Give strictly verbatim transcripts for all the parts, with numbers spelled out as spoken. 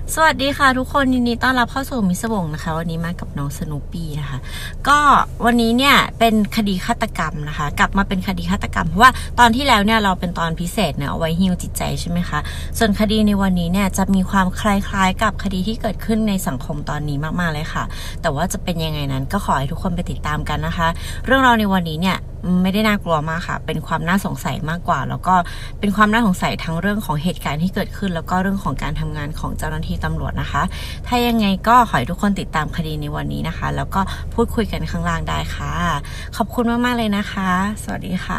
สวัสดีค่ะทุกคนยินดีต้อนรับเข้าสู่มิสวงนะคะวันนี้มากับน้องสนุปปี้นะคะก็วันนี้เนี่ยเป็นคดีฆาตกรรมนะคะกลับมาเป็นคดีฆาตกรรมเพราะว่าตอนที่แล้วเนี่ยเราเป็นตอนพิเศษเนี่ยเอาไว้ฮีลจิตใจใช่ไหมคะส่วนคดีในวันนี้เนี่ยจะมีความคล้ายๆกับคดีที่เกิดขึ้นในสังคมตอนนี้มากๆเลยค่ะแต่ว่าจะเป็นยังไงนั้นก็ขอให้ทุกคนไปติดตามกันนะคะเรื่องราวในวันนี้เนี่ยไม่ได้น่ากลัวมากค่ะเป็นความน่าสงสัยมากกว่าแล้วก็เป็นความน่าสงสัยทั้งเรื่องของเหตุการณ์ที่เกิดขึ้นแล้วก็เรื่องของการทำงานของเจ้าหน้าที่ตำรวจนะคะถ้ายังไงก็ขอให้ทุกคนติดตามคดีในวันนี้นะคะแล้วก็พูดคุยกันข้างล่างได้ค่ะขอบคุณมากๆเลยนะคะสวัสดีค่ะ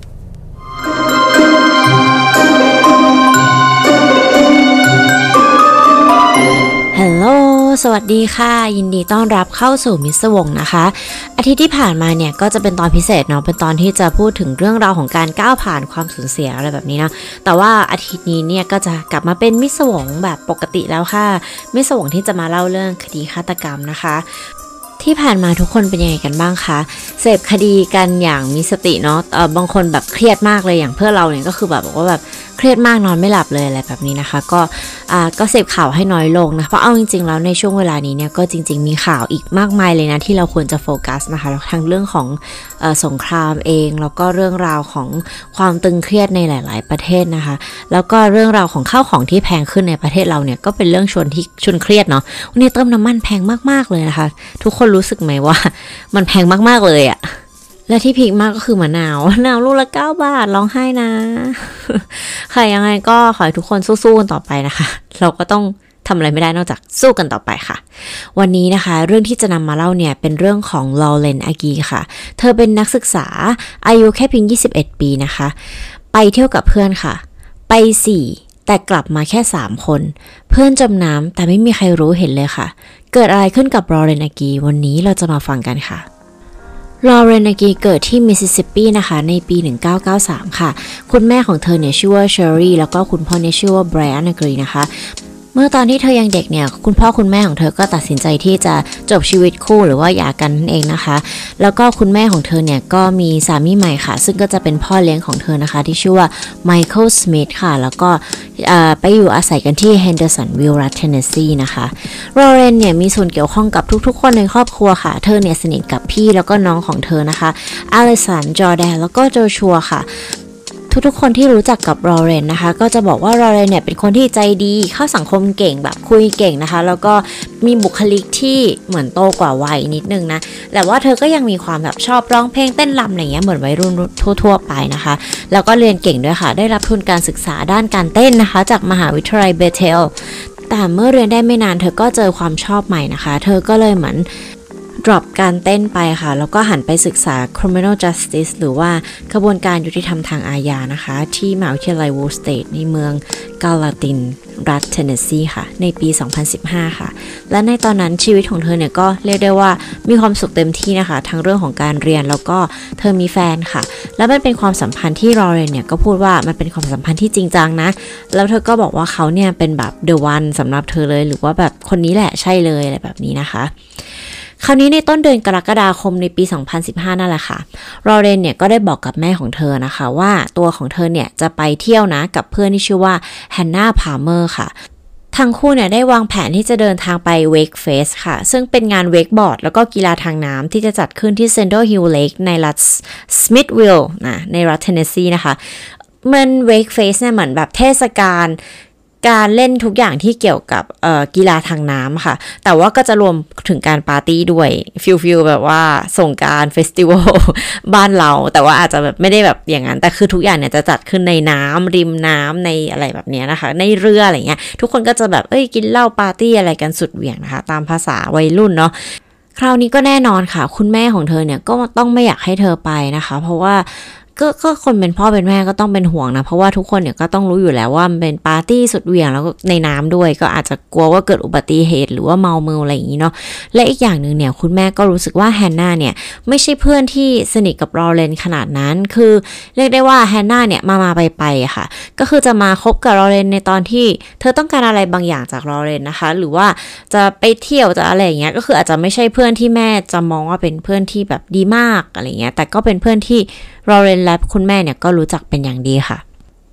ฮัลโหลสวัสดีค่ะยินดีต้อนรับเข้าสู่มิสวงนะคะอาทิตย์ที่ผ่านมาเนี่ยก็จะเป็นตอนพิเศษเนาะเป็นตอนที่จะพูดถึงเรื่องราวของการก้าวผ่านความสูญเสียอะไรแบบนี้นะแต่ว่าอาทิตย์นี้เนี่ยก็จะกลับมาเป็นมิสวงแบบปกติแล้วค่ะมิสวงที่จะมาเล่าเรื่องคดีฆาตกรรมนะคะที่ผ่านมาทุกคนเป็นยังไงกันบ้างคะเสพคดีกันอย่างมีสติเนาะเออบางคนแบบเครียดมากเลยอย่างเพื่อนเราเนี่ยก็คือแบบบอกว่าแบบเครียดมากนอนไม่หลับเลยอะไรแบบนี้นะคะก็อ่าก็เสพข่าวให้น้อยลงนะเพราะเอาจริงๆแล้วในช่วงเวลานี้เนี่ยก็จริงๆมีข่าวอีกมากมายเลยนะที่เราควรจะโฟกัสนะคะทั้งเรื่องของเอ่อสงครามเองแล้วก็เรื่องราวของความตึงเครียดในหลายๆประเทศนะคะแล้วก็เรื่องราวของข้าวของที่แพงขึ้นในประเทศเราเนี่ยก็เป็นเรื่องชวนที่ชวนเครียดเนาะวันนี้เติมน้ำมันแพงมากๆเลยนะคะทุกคนรู้สึกไหมว่ามันแพงมากๆเลยอะและที่พีคมากก็คือมะนาวมะนาวลูกละเก้าบาทร้องไห้นะค่ะยังไงก็ขอให้ทุกคนสู้ๆกันต่อไปนะคะเราก็ต้องทำอะไรไม่ได้นอกจากสู้กันต่อไปค่ะวันนี้นะคะเรื่องที่จะนำมาเล่าเนี่ยเป็นเรื่องของลอเรนอากีค่ะเธอเป็นนักศึกษาอายุแค่เพียงยี่สิบเอ็ดปีนะคะไปเที่ยวกับเพื่อนค่ะไปสี่แต่กลับมาแค่สามคนเพื่อนจมน้ำแต่ไม่มีใครรู้เห็นเลยค่ะเกิดอะไรขึ้นกับลอเรนอากีวันนี้เราจะมาฟังกันค่ะลอเรนอากีเกิดที่มิสซิสซิปปีนะคะในปีหนึ่งเก้าเก้าสามค่ะคุณแม่ของเธอเนี่ยชื่อว่าเชอรี่แล้วก็คุณพ่อเนี่ยชื่อว่าไบรอันอากีนะคะเมื่อตอนที่เธอยังเด็กเนี่ยคุณพ่อคุณแม่ของเธอก็ตัดสินใจที่จะจบชีวิตคู่หรือว่าหย่ากันนั่นเองนะคะแล้วก็คุณแม่ของเธอเนี่ยก็มีสามีใหม่ค่ะซึ่งก็จะเป็นพ่อเลี้ยงของเธอนะคะที่ชื่อว่าไมเคิลสมิธค่ะแล้วก็ไปอยู่อาศัยกันที่เฮนเดอร์สันวิลล์รัฐเทนเนสซีนะคะลอเรนเนี่ยมีส่วนเกี่ยวข้องกับทุกๆคนในครอบครัวค่ะเธอเนี่ยสนิทกับพี่แล้วก็น้องของเธอนะคะอลิสันจอร์แดนแล้วก็โจชัวค่ะทุกๆคนที่รู้จักกับลอเรนนะคะก็จะบอกว่าลอเรนเนี่ยเป็นคนที่ใจดีเข้าสังคมเก่งแบบคุยเก่งนะคะแล้วก็มีบุคลิกที่เหมือนโตกว่าวัยนิดนึงนะแต่ว่าเธอก็ยังมีความแบบชอบร้องเพลงเต้นรำอะไรเงี้ยเหมือนวัยรุ่นทั่วๆไปนะคะแล้วก็เรียนเก่งด้วยค่ะได้รับทุนการศึกษาด้านการเต้นนะคะจากมหาวิทยาลัยเบเทลแต่เมื่อเรียนได้ไม่นานเธอก็เจอความชอบใหม่นะคะเธอก็เลยเหมือนdrop การเต้นไปค่ะแล้วก็หันไปศึกษา criminal justice หรือว่ากระบวนการยุติธรรมทางอาญานะคะที่มหาวิทยาลัย Wall State ในเมืองกาลาตินรัฐเทนเนสซีค่ะในปีสองพันสิบห้าค่ะและในตอนนั้นชีวิตของเธอเนี่ยก็เรียกได้ว่ามีความสุขเต็มที่นะคะทั้งเรื่องของการเรียนแล้วก็เธอมีแฟนค่ะแล้วมันเป็นความสัมพันธ์ที่ลอเรนเนี่ยก็พูดว่ามันเป็นความสัมพันธ์ที่จริงจังนะแล้วเธอก็บอกว่าเขาเนี่ยเป็นแบบ the one สำหรับเธอเลยหรือว่าแบบคนนี้แหละใช่เลยอะไรแบบนี้นะคะคราวนี้ในต้นเดือนกรกฎาคมในปีสองพันสิบห้านั่นแหละค่ะลอเรนเนี่ยก็ได้บอกกับแม่ของเธอนะคะว่าตัวของเธอเนี่ยจะไปเที่ยวนะกับเพื่อนที่ชื่อว่าแฮนนาพาล์เมอร์ค่ะทั้งคู่เนี่ยได้วางแผนที่จะเดินทางไปเวกเฟสค่ะซึ่งเป็นงานเวกบอร์ดแล้วก็กีฬาทางน้ำที่จะจัดขึ้นที่เซนเดอร์ฮิลล์เลคในรัฐสมิธวิลล์นะในรัฐเทนเนสซีนะคะมันเวกเฟสเนี่ยเหมือนแบบเทศกาลการเล่นทุกอย่างที่เกี่ยวกับกีฬาทางน้ำค่ะแต่ว่าก็จะรวมถึงการปาร์ตี้ด้วยฟิลฟิลแบบว่าสงกรานต์เฟสติวัลบ้านเราแต่ว่าอาจจะแบบไม่ได้แบบอย่างนั้นแต่คือทุกอย่างเนี่ยจะจัดขึ้นในน้ำริมน้ำในอะไรแบบนี้นะคะในเรืออะไรเงี้ยทุกคนก็จะแบบเอ้ยกินเหล้าปาร์ตี้อะไรกันสุดเหวี่ยงนะคะตามภาษาวัยรุ่นเนาะคราวนี้ก็แน่นอนค่ะคุณแม่ของเธอเนี่ยก็ต้องไม่อยากให้เธอไปนะคะเพราะว่าก็ก็คนเป็นพ่อเป็นแม่ก็ต้องเป็นห่วงนะเพราะว่าทุกคนเนี่ยก็ต้องรู้อยู่แล้วว่ามันเป็นปาร์ตี้สุดเหวี่ยงแล้วก็ในน้ำด้วยก็อาจจะกลัวว่าเกิดอุบัติเหตุหรือว่าเมาเมาอะไรอย่างนี้เนาะและอีกอย่างหนึ่งเนี่ยคุณแม่ก็รู้สึกว่าแฮนนาเนี่ยไม่ใช่เพื่อนที่สนิทกับลอเรนขนาดนั้นคือเรียกได้ว่าแฮนนาเนี่ยมามาไปไปค่ะก็คือจะมาคบกับลอเรนในตอนที่เธอต้องการอะไรบางอย่างจากลอเรนนะคะหรือว่าจะไปเที่ยวจะอะไรอย่างเงี้ยก็คืออาจจะไม่ใช่เพื่อนที่แม่จะมองว่าเป็นเพื่อนที่แบบดีมากอะไรเงี้ยแต่ก็เป็นเพื่อนที่ลอเรนและคุณแม่เนี่ยก็รู้จักเป็นอย่างดีค่ะ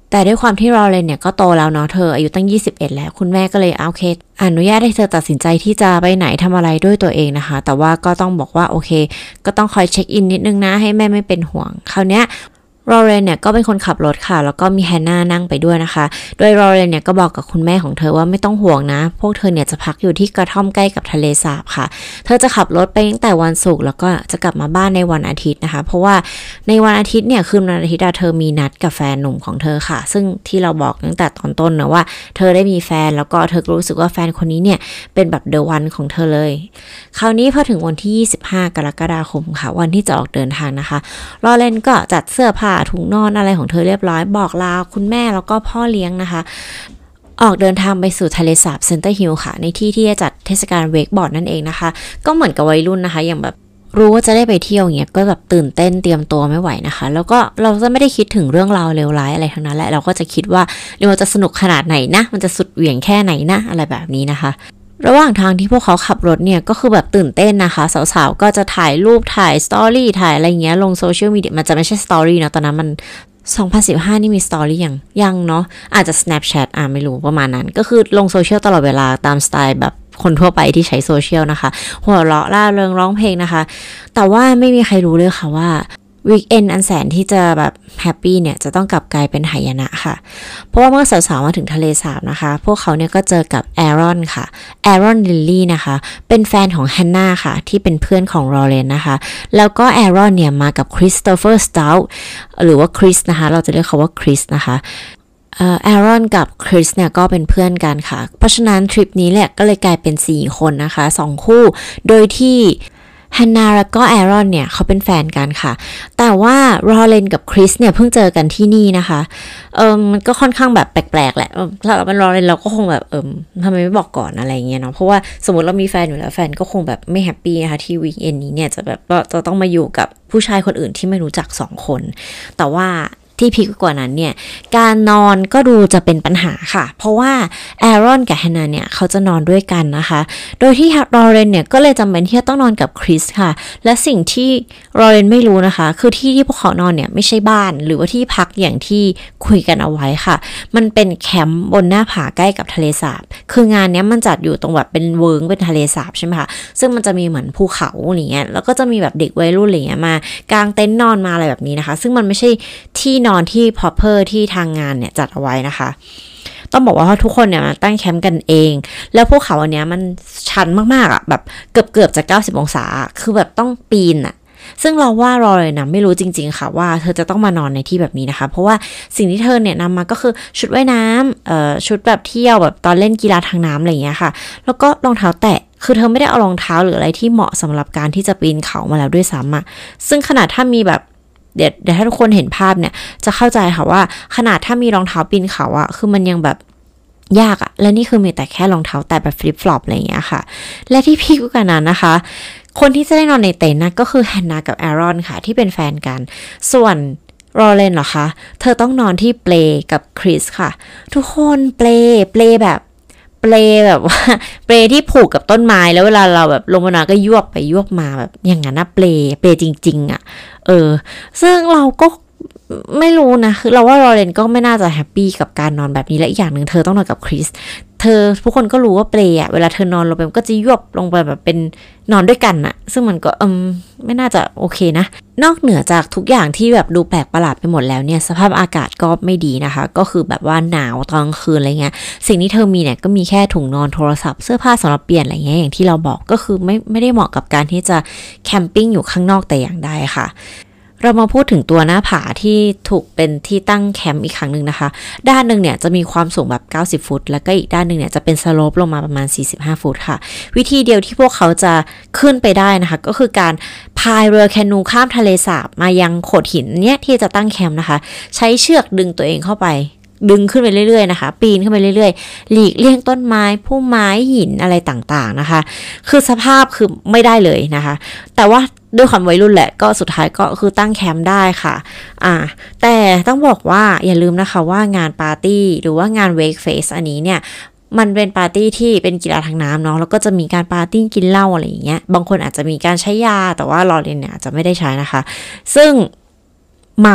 แต่ด้วยความที่รอเรนเนี่ยก็โตแล้วเนาะเธออายุตั้งยี่สิบเอ็ดแล้วคุณแม่ก็เลยโอเคอนุญาตให้เธอตัดสินใจที่จะไปไหนทำอะไรด้วยตัวเองนะคะแต่ว่าก็ต้องบอกว่าโอเคก็ต้องคอยเช็คอินนิดนึงนะให้แม่ไม่เป็นห่วงคราวเนี้ยรอเรนเนี่ยก็เป็นคนขับรถค่ะแล้วก็มีแฮนนานั่งไปด้วยนะคะโดยรอเรนเนี่ยก็บอกกับคุณแม่ของเธอว่าไม่ต้องห่วงนะพวกเธอเนี่ยจะพักอยู่ที่กระท่อมใกล้กับทะเลสาบค่ะเธอจะขับรถไปตั้งแต่วันศุกร์แล้วก็จะกลับมาบ้านในวันอาทิตย์นะคะเพราะว่าในวันอาทิตย์เนี่ยคืนวันอาทิตย์เธอมีนัดกับแฟนหนุ่มของเธอค่ะซึ่งที่เราบอกตั้งแต่ตอนต้นนะว่าเธอได้มีแฟนแล้วก็เธอรู้สึกว่าแฟนคนนี้เนี่ยเป็นแบบเดอะวันของเธอเลยคราวนี้พอถึงวันที่ยี่สิบห้ากรกฎาคมค่ะวันที่จะออกเดินทางนะคะรอเรนก็จัดเสื้อผ้าถุงนอนอะไรของเธอเรียบร้อยบอกลาคุณแม่แล้วก็พ่อเลี้ยงนะคะออกเดินทางไปสู่ทะเลสาบเซนเตอร์ฮิลล์ค่ะในที่ที่จะจัดเทศกาลเวกบอร์ดนั่นเองนะคะก็เหมือนกับวัยรุ่นนะคะอย่างแบบรู้ว่าจะได้ไปเที่ยวอย่างเงี้ยก็แบบตื่นเต้นเตรียมตัวไม่ไหวนะคะแล้วก็เราจะไม่ได้คิดถึงเรื่องราวเลวร้ายอะไรทั้งนั้นแหละเราก็จะคิดว่าเดี๋ยวมันจะสนุกขนาดไหนนะมันจะสุดเหวี่ยงแค่ไหนนะอะไรแบบนี้นะคะระหว่างทางที่พวกเขาขับรถเนี่ยก็คือแบบตื่นเต้นนะคะสาวๆก็จะถ่ายรูปถ่ายสตอรี่ถ่ายอะไรเงี้ยลงโซเชียลมีเดียมันจะไม่ใช่สตอรี่เนาะตอนนั้นมันสองพันสิบห้านี่มีสตอรี่ยังยังเนาะอาจจะ Snapchat อ่ะไม่รู้ประมาณนั้นก็คือลงโซเชียลตลอดเวลาตามสไตล์แบบคนทั่วไปที่ใช้โซเชียลนะคะหัวเราะล่าเริงร้องเพลงนะคะแต่ว่าไม่มีใครรู้เลยค่ะว่าวีคเอนด์อันแสนที่จะแบบแฮปปี้เนี่ยจะต้องกลับกลายเป็นหายนะค่ะเพราะว่าเมื่อสาวๆมาถึงทะเลสาบนะคะพวกเขาเนี่ยก็เจอกับแอรอนค่ะแอรอนลิลลี่นะคะเป็นแฟนของแฮนนาค่ะที่เป็นเพื่อนของรอเรนนะคะแล้วก็แอรอนเนี่ยมากับคริสโตเฟอร์สตาวหรือว่าคริสนะคะเราจะเรียกเขาว่าคริสนะคะเอ่อแอรอนกับคริสเนี่ยก็เป็นเพื่อนกันค่ะเพราะฉะนั้นทริปนี้เนี่ยก็เลยกลายเป็นสี่คนนะคะสองคู่โดยที่ฮันนาและก็แอรอนเนี่ยเขาเป็นแฟนกันค่ะแต่ว่ารอเรนกับคริสเนี่ยเพิ่งเจอกันที่นี่นะคะเออมันก็ค่อนข้างแบบแปลกๆแหละถ้าเราเป็นรอเรนเราก็คงแบบเออทำไมไม่บอกก่อนอะไรเงี้ยเนาะเพราะว่าสมมติเรามีแฟนอยู่แล้วแฟนก็คงแบบไม่แฮปปี้นะคะที่วีคเอนด์นี้เนี่ยจะแบบจะต้องมาอยู่กับผู้ชายคนอื่นที่ไม่รู้จักสองคนแต่ว่าที่พีคกว่านั้นเนี่ยการนอนก็ดูจะเป็นปัญหาค่ะเพราะว่าแอรอนกับแฮนนาเนี่ยเขาจะนอนด้วยกันนะคะโดยที่รอเรนเนี่ยก็เลยจำเป็นที่จะต้องนอนกับคริสค่ะและสิ่งที่รอเรนไม่รู้นะคะคือที่ที่พวกเขานอนเนี่ยไม่ใช่บ้านหรือว่าที่พักอย่างที่คุยกันเอาไว้ค่ะมันเป็นแคมป์บนหน้าผาใกล้กับทะเลสาบคืองานนี้มันจัดอยู่ตรงแบบเป็นเวิร์งเป็นทะเลสาบใช่ไหมคะซึ่งมันจะมีเหมือนภูเขาอย่างเงี้ยแล้วก็จะมีแบบเด็กวัยรุ่นอะไรเงี้ยมากางเต็นท์นอนมาอะไรแบบนี้นะคะซึ่งมันไม่ใช่ที่นอนที่ proper ที่ทางงานเนี่ยจัดเอาไว้นะคะต้องบอกว่าทุกคนเนี่ยมาตั้งแคมป์กันเองแล้วพวกเขาอันเนี้ยมันชันมากๆอ่ะแบบเกือบๆจะเก้าสิบองศาคือแบบต้องปีนอ่ะซึ่งเราว่ารอเลยนะไม่รู้จริงๆค่ะว่าเธอจะต้องมานอนในที่แบบนี้นะคะเพราะว่าสิ่งที่เธอเนี่ยนำมาก็คือชุดว่ายน้ำเอ่อชุดแบบเที่ยวแบบตอนเล่นกีฬาทางน้ำอะไรอย่างเงี้ยค่ะแล้วก็รองเท้าแตะคือเธอไม่ได้เอารองเท้าหรืออะไรที่เหมาะสำหรับการที่จะปีนเขามาแล้วด้วยซ้ำอ่ะซึ่งขนาดถ้ามีแบบเดี๋ยวเดี๋ยวถ้าทุกคนเห็นภาพเนี่ยจะเข้าใจค่ะว่าขนาดถ้ามีรองเท้าปีนเขาอะคือมันยังแบบยากอะและนี่คือมีแต่แค่รองเท้าแตะแบบฟลิปฟลอปอะไรอย่างเงี้ยค่ะและที่พีคกว่านั้นนะคะคนที่จะได้นอนในเต็นท์นะก็คือแฮนนากับแอรอนค่ะที่เป็นแฟนกันส่วนรอเรนเหรอคะเธอต้องนอนที่เปลกับคริสค่ะทุกคนเปลเปลแบบเปลแบบว่าเปลที่ผูกกับต้นไม้แล้วเวลาเราแบบลงมานาก็ยวบไปยวบมาแบบอย่างนั้นนะเปลเปลจริงๆอะเออซึ่งเราก็ไม่รู้นะคือเราว่ารอเรนก็ไม่น่าจะแฮปปี้กับการนอนแบบนี้และอีกอย่างหนึ่งเธอต้องนอนกับคริสเธอทุกคนก็รู้ว่าเปลอะเวลาเธอนอนลงไปมันก็จะยวบลงไปแบบเป็นนอนด้วยกันอะซึ่งมันก็เอมไม่น่าจะโอเคนะนอกเหนือจากทุกอย่างที่แบบดูแปลกประหลาดไปหมดแล้วเนี่ยสภาพอากาศก็ไม่ดีนะคะก็คือแบบว่าหนาวตอนกลางคืนอะไรเงี้ยสิ่งที่เธอมีเนี่ยก็มีแค่ถุงนอนโทรศัพท์เสื้อผ้าสำหรับเปลี่ยนอะไรเงี้ยอย่างที่เราบอกก็คือไม่ไม่ได้เหมาะกับการที่จะแคมปิ้งอยู่ข้างนอกแต่อย่างใดค่ะเรามาพูดถึงตัวหน้าผาที่ถูกเป็นที่ตั้งแคมป์อีกครั้งหนึ่งนะคะด้านหนึ่งเนี่ยจะมีความสูงแบบเก้าสิบฟุตแล้วก็อีกด้านหนึ่งเนี่ยจะเป็นสโลปลงมาประมาณสี่สิบห้าฟุตค่ะวิธีเดียวที่พวกเขาจะขึ้นไปได้นะคะก็คือการพายเรือแคนูข้ามทะเลสาบมายังโขดหินเนี่ยที่จะตั้งแคมป์นะคะใช้เชือกดึงตัวเองเข้าไปดึงขึ้นไปเรื่อยๆนะคะปีนขึ้นไปเรื่อยๆหลีกเลี่ยงต้นไม้พุ่มไม้หินอะไรต่างๆนะคะคือสภาพคือไม่ได้เลยนะคะแต่ว่าด้วยความวัยรุ่นแหละก็สุดท้ายก็คือตั้งแคมป์ได้ค่ะอ่าแต่ต้องบอกว่าอย่าลืมนะคะว่างานปาร์ตี้หรือว่างานเวกเฟสอันนี้เนี่ยมันเป็นปาร์ตี้ที่เป็นกีฬาทางน้ำเนาะแล้วก็จะมีการปาร์ตี้กินเหล้าอะไรอย่างเงี้ยบางคนอาจจะมีการใช้ยาแต่ว่ารอเรนเนี่ยอาจจะไม่ได้ใช้นะคะซึ่งเมา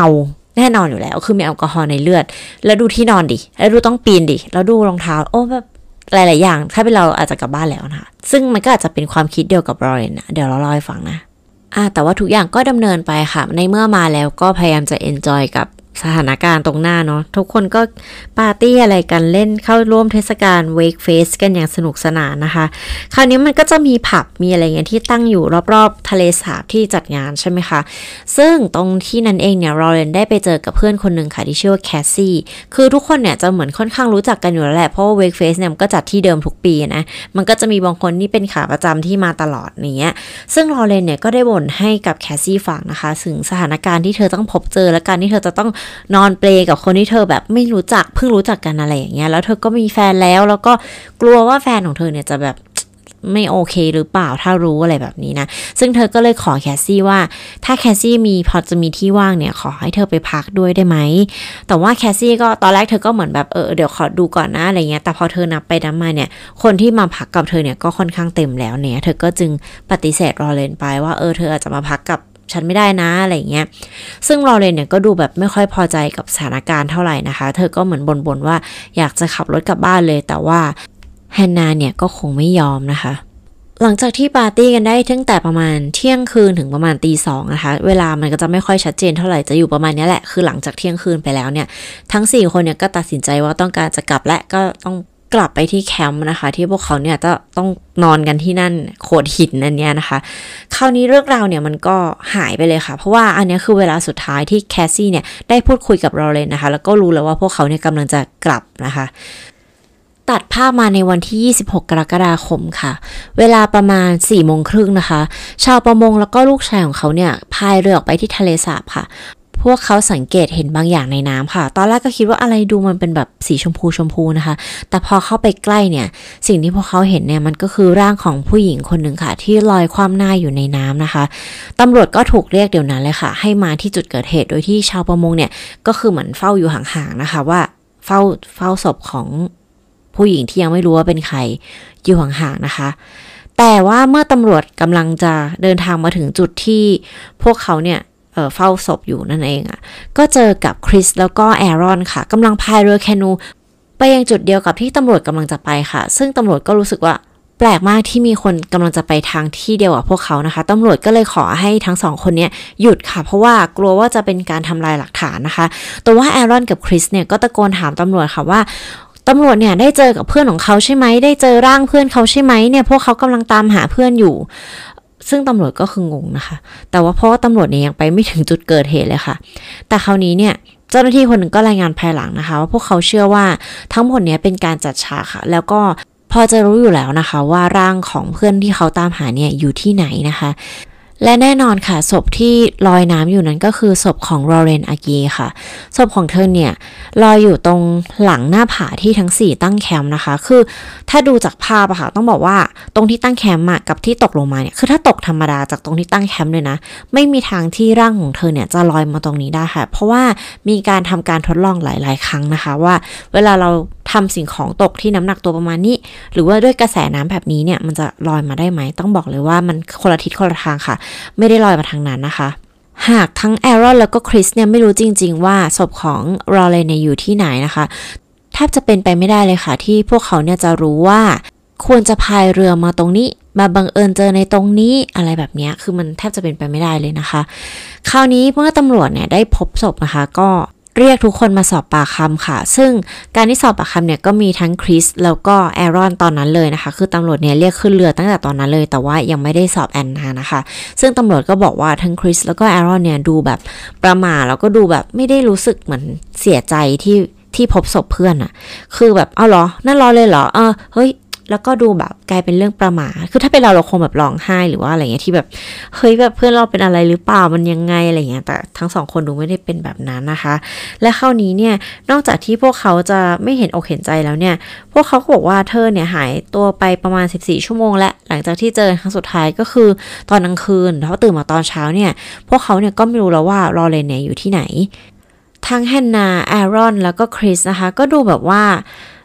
แน่นอนอยู่แล้วคือมีแอลกอฮอล์ในเลือดแล้วดูที่นอนดิแล้วดูต้องปีนดิแล้วดูรองเท้าโอ้แบบหลายๆอย่างถ้าเป็นเราอาจจะกลับบ้านแล้วนะคะซึ่งมันก็อาจจะเป็นความคิดเดียวกับลอเรนนะเดี๋ยวเราเล่าให้ฟังนะอ่าแต่ว่าทุกอย่างก็ดำเนินไปค่ะในเมื่อมาแล้วก็พยายามจะเอนจอยกับสถานการณ์ตรงหน้าเนาะทุกคนก็ปาร์ตี้อะไรกันเล่นเข้าร่วมเทศกาลเวกเฟสกันอย่างสนุกสนานนะคะคราวนี้มันก็จะมีผับมีอะไรเงี้ยที่ตั้งอยู่รอบๆทะเลสาบที่จัดงานใช่ไหมคะซึ่งตรงที่นั้นเองเนี่ยลอเรนได้ไปเจอกับเพื่อนคนหนึ่งค่ะที่ชื่อว่าแคสซี่คือทุกคนเนี่ยจะเหมือนค่อนข้างรู้จักกันอยู่แล้วแหละเพราะว่าเวกเฟสเนี่ยมันก็จัดที่เดิมทุกปีนะมันก็จะมีบางคนที่เป็นขาประจำที่มาตลอดอย่างเงี้ยซึ่งลอเรนเนี่ยก็ได้บ่นให้กับแคสซี่ฟังนะคะถึงสถานการณ์ที่เธอต้องพบเจอและการที่เธอจะต้องนอนเปลกับคนที่เธอแบบไม่รู้จักเพิ่งรู้จักกันอะไรอย่างเงี้ยแล้วเธอก็มีแฟนแล้วแล้วก็กลัวว่าแฟนของเธอเนี่ยจะแบบไม่โอเคหรือเปล่าถ้ารู้อะไรแบบนี้นะซึ่งเธอก็เลยขอแคสซี่ว่าถ้าแคสซี่มีพอจะมีที่ว่างเนี่ยขอให้เธอไปพักด้วยได้ไหมแต่ว่าแคสซี่ก็ตอนแรกเธอก็เหมือนแบบเออเดี๋ยวขอดูก่อนนะอะไรเงี้ยแต่พอเธอนับไปนับมาเนี่ยคนที่มาพักกับเธอเนี่ยก็ค่อนข้างเต็มแล้วเนี่ยเธอก็จึงปฏิเสธลอเรนไปว่าเออเธออาจจะมาพักกับฉันไม่ได้นะอะไรเงี้ยซึ่งลอเรนเนี่ยก็ดูแบบไม่ค่อยพอใจกับสถานการณ์เท่าไหร่นะคะเธอก็เหมือนบ่นๆว่าอยากจะขับรถกลับบ้านเลยแต่ว่าแฮนนาเนี่ยก็คงไม่ยอมนะคะหลังจากที่ปาร์ตี้กันได้ตั้งแต่ประมาณเที่ยงคืนถึงประมาณตีสองนะคะเวลามันก็จะไม่ค่อยชัดเจนเท่าไหร่จะอยู่ประมาณนี้แหละคือหลังจากเที่ยงคืนไปแล้วเนี่ยทั้งสี่คนเนี่ยก็ตัดสินใจว่าต้องการจะกลับและก็ต้องกลับไปที่แคมป์นะคะที่พวกเขาเนี่ยจะต้องนอนกันที่นั่นโขดหินอันเนี้ยนะคะคราวนี้เรื่องราวเนี่ยมันก็หายไปเลยค่ะเพราะว่าอันนี้คือเวลาสุดท้ายที่แคสซี่เนี่ยได้พูดคุยกับลอเรนนะคะแล้วก็รู้แล้วว่าพวกเขาเนี่ยกำลังจะกลับนะคะตัดภาพมาในวันที่ยี่สิบหกกรกฎาคมค่ะเวลาประมาณสี่โมงครึ่งนะคะชาวประมงแล้วก็ลูกชายของเขาเนี่ยพายเรือออกไปที่ทะเลสาบค่ะพวกเขาสังเกตเห็นบางอย่างในน้ำค่ะตอนแรกก็คิดว่าอะไรดูมันเป็นแบบสีชมพูชมพูนะคะแต่พอเข้าไปใกล้เนี่ยสิ่งที่พวกเขาเห็นเนี่ยมันก็คือร่างของผู้หญิงคนหนึ่งค่ะที่ลอยคว่ำหน้าอยู่ในน้ำนะคะตำรวจก็ถูกเรียกเดี๋ยวนั้นเลยค่ะให้มาที่จุดเกิดเหตุโดยที่ชาวประมงเนี่ยก็คือเหมือนเฝ้าอยู่ห่างๆนะคะว่าเฝ้าเฝ้าศพของผู้หญิงที่ยังไม่รู้ว่าเป็นใครอยู่ห่างๆนะคะแต่ว่าเมื่อตำรวจกำลังจะเดินทางมาถึงจุดที่พวกเขาเนี่ยเอ่อเฝ้าศพอยู่นั่นเองอ่ะก็เจอกับคริสแล้วก็แอรอนค่ะกำลังพายเรือแคนูไปยังจุดเดียวกับที่ตำรวจกำลังจะไปค่ะซึ่งตำรวจก็รู้สึกว่าแปลกมากที่มีคนกำลังจะไปทางที่เดียวกับพวกเขานะคะตำรวจก็เลยขอให้ทั้งสองคนนี้หยุดค่ะเพราะว่ากลัวว่าจะเป็นการทำลายหลักฐานนะคะแต่ว่าแอรอนกับคริสเนี่ยก็ตะโกนถามตำรวจค่ะว่าตำรวจเนี่ยได้เจอกับเพื่อนของเขาใช่ไหมได้เจอร่างเพื่อนเขาใช่ไหมเนี่ยพวกเขากำลังตามหาเพื่อนอยู่ซึ่งตำรวจก็คืองงนะคะแต่ว่าเพราะว่าตำรวจเนี่ยยังไปไม่ถึงจุดเกิดเหตุเลยค่ะแต่คราวนี้เนี่ยเจ้าหน้าที่คนหนึ่งก็รายงานภายหลังนะคะว่าพวกเขาเชื่อว่าทั้งหมดนี้เป็นการจัดฉากค่ะแล้วก็พอจะรู้อยู่แล้วนะคะว่าร่างของเพื่อนที่เขาตามหาเนี่ยอยู่ที่ไหนนะคะและแน่นอนค่ะศพที่ลอยน้ำอยู่นั้นก็คือศพของลอเรนอากีค่ะศพของเธอเนี่ยลอยอยู่ตรงหลังหน้าผาที่ทั้งสี่ตั้งแคมป์นะคะคือถ้าดูจากภาพอะค่ะต้องบอกว่าตรงที่ตั้งแคมป์กับที่ตกลงมาเนี่ยคือถ้าตกธรรมดาจากตรงที่ตั้งแคมป์เลยนะไม่มีทางที่ร่างของเธอเนี่ยจะลอยมาตรงนี้ได้ค่ะเพราะว่ามีการทำการทดลองหลายๆครั้งนะคะว่าเวลาเราทำสิ่งของตกที่น้ำหนักตัวประมาณนี้หรือว่าด้วยกระแสน้ำแบบนี้เนี่ยมันจะลอยมาได้ไหมต้องบอกเลยว่ามันคนละทิศคนละทางค่ะไม่ได้ลอยมาทางนั้นนะคะหากทั้งแอรอนแล้วก็คริสเนี่ยไม่รู้จริงๆว่าศพของลอเรนเนี่ยอยู่ที่ไหนนะคะแทบจะเป็นไปไม่ได้เลยค่ะที่พวกเขาเนี่ยจะรู้ว่าควรจะพายเรือมาตรงนี้มาบังเอิญเจอในตรงนี้อะไรแบบนี้คือมันแทบจะเป็นไปไม่ได้เลยนะคะคราวนี้เมื่อตำรวจเนี่ยได้พบศพนะคะก็เรียกทุกคนมาสอบปากคำค่ะซึ่งการที่สอบปากคำเนี่ยก็มีทั้งคริสแล้วก็แอรอนตอนนั้นเลยนะคะคือตำรวจเนี่ยเรียกขึ้นเรือตั้งแต่ตอนนั้นเลยแต่ว่ายังไม่ได้สอบแอนนานะคะซึ่งตำรวจก็บอกว่าทั้งคริสแล้วก็แอรอนเนี่ยดูแบบประหม่าแล้วก็ดูแบบไม่ได้รู้สึกเหมือนเสียใจที่ที่พบศพเพื่อนอะคือแบบเอาเหรอนั่นรอเลยเหรอเออเฮ้ยแล้วก็ดูแบบกลายเป็นเรื่องประหม่าคือถ้าเป็นเราเราคงแบบร้องไห้หรือว่าอะไรเงี้ยที่แบบเฮ้ยแบบเพื่อนเราเป็นอะไรหรือเปล่ามันยังไงอะไรเงี้ยแต่ทั้งสองคนดูไม่ได้เป็นแบบนั้นนะคะและคราวนี้เนี่ยนอกจากที่พวกเขาจะไม่เห็นอกเห็นใจแล้วเนี่ยพวกเขาก็บอกว่าเธอเนี่ยหายตัวไปประมาณสิบสี่ชั่วโมงและหลังจากที่เจอครั้งสุดท้ายก็คือตอนกลางคืนแล้วตื่นมาตอนเช้าเนี่ยพวกเขาเนี่ยก็ไม่รู้แล้วว่าลอเรนเนี่ยอยู่ที่ไหนทั้งแฮนนาแอรอนแล้วก็คริสนะคะก็ดูแบบว่า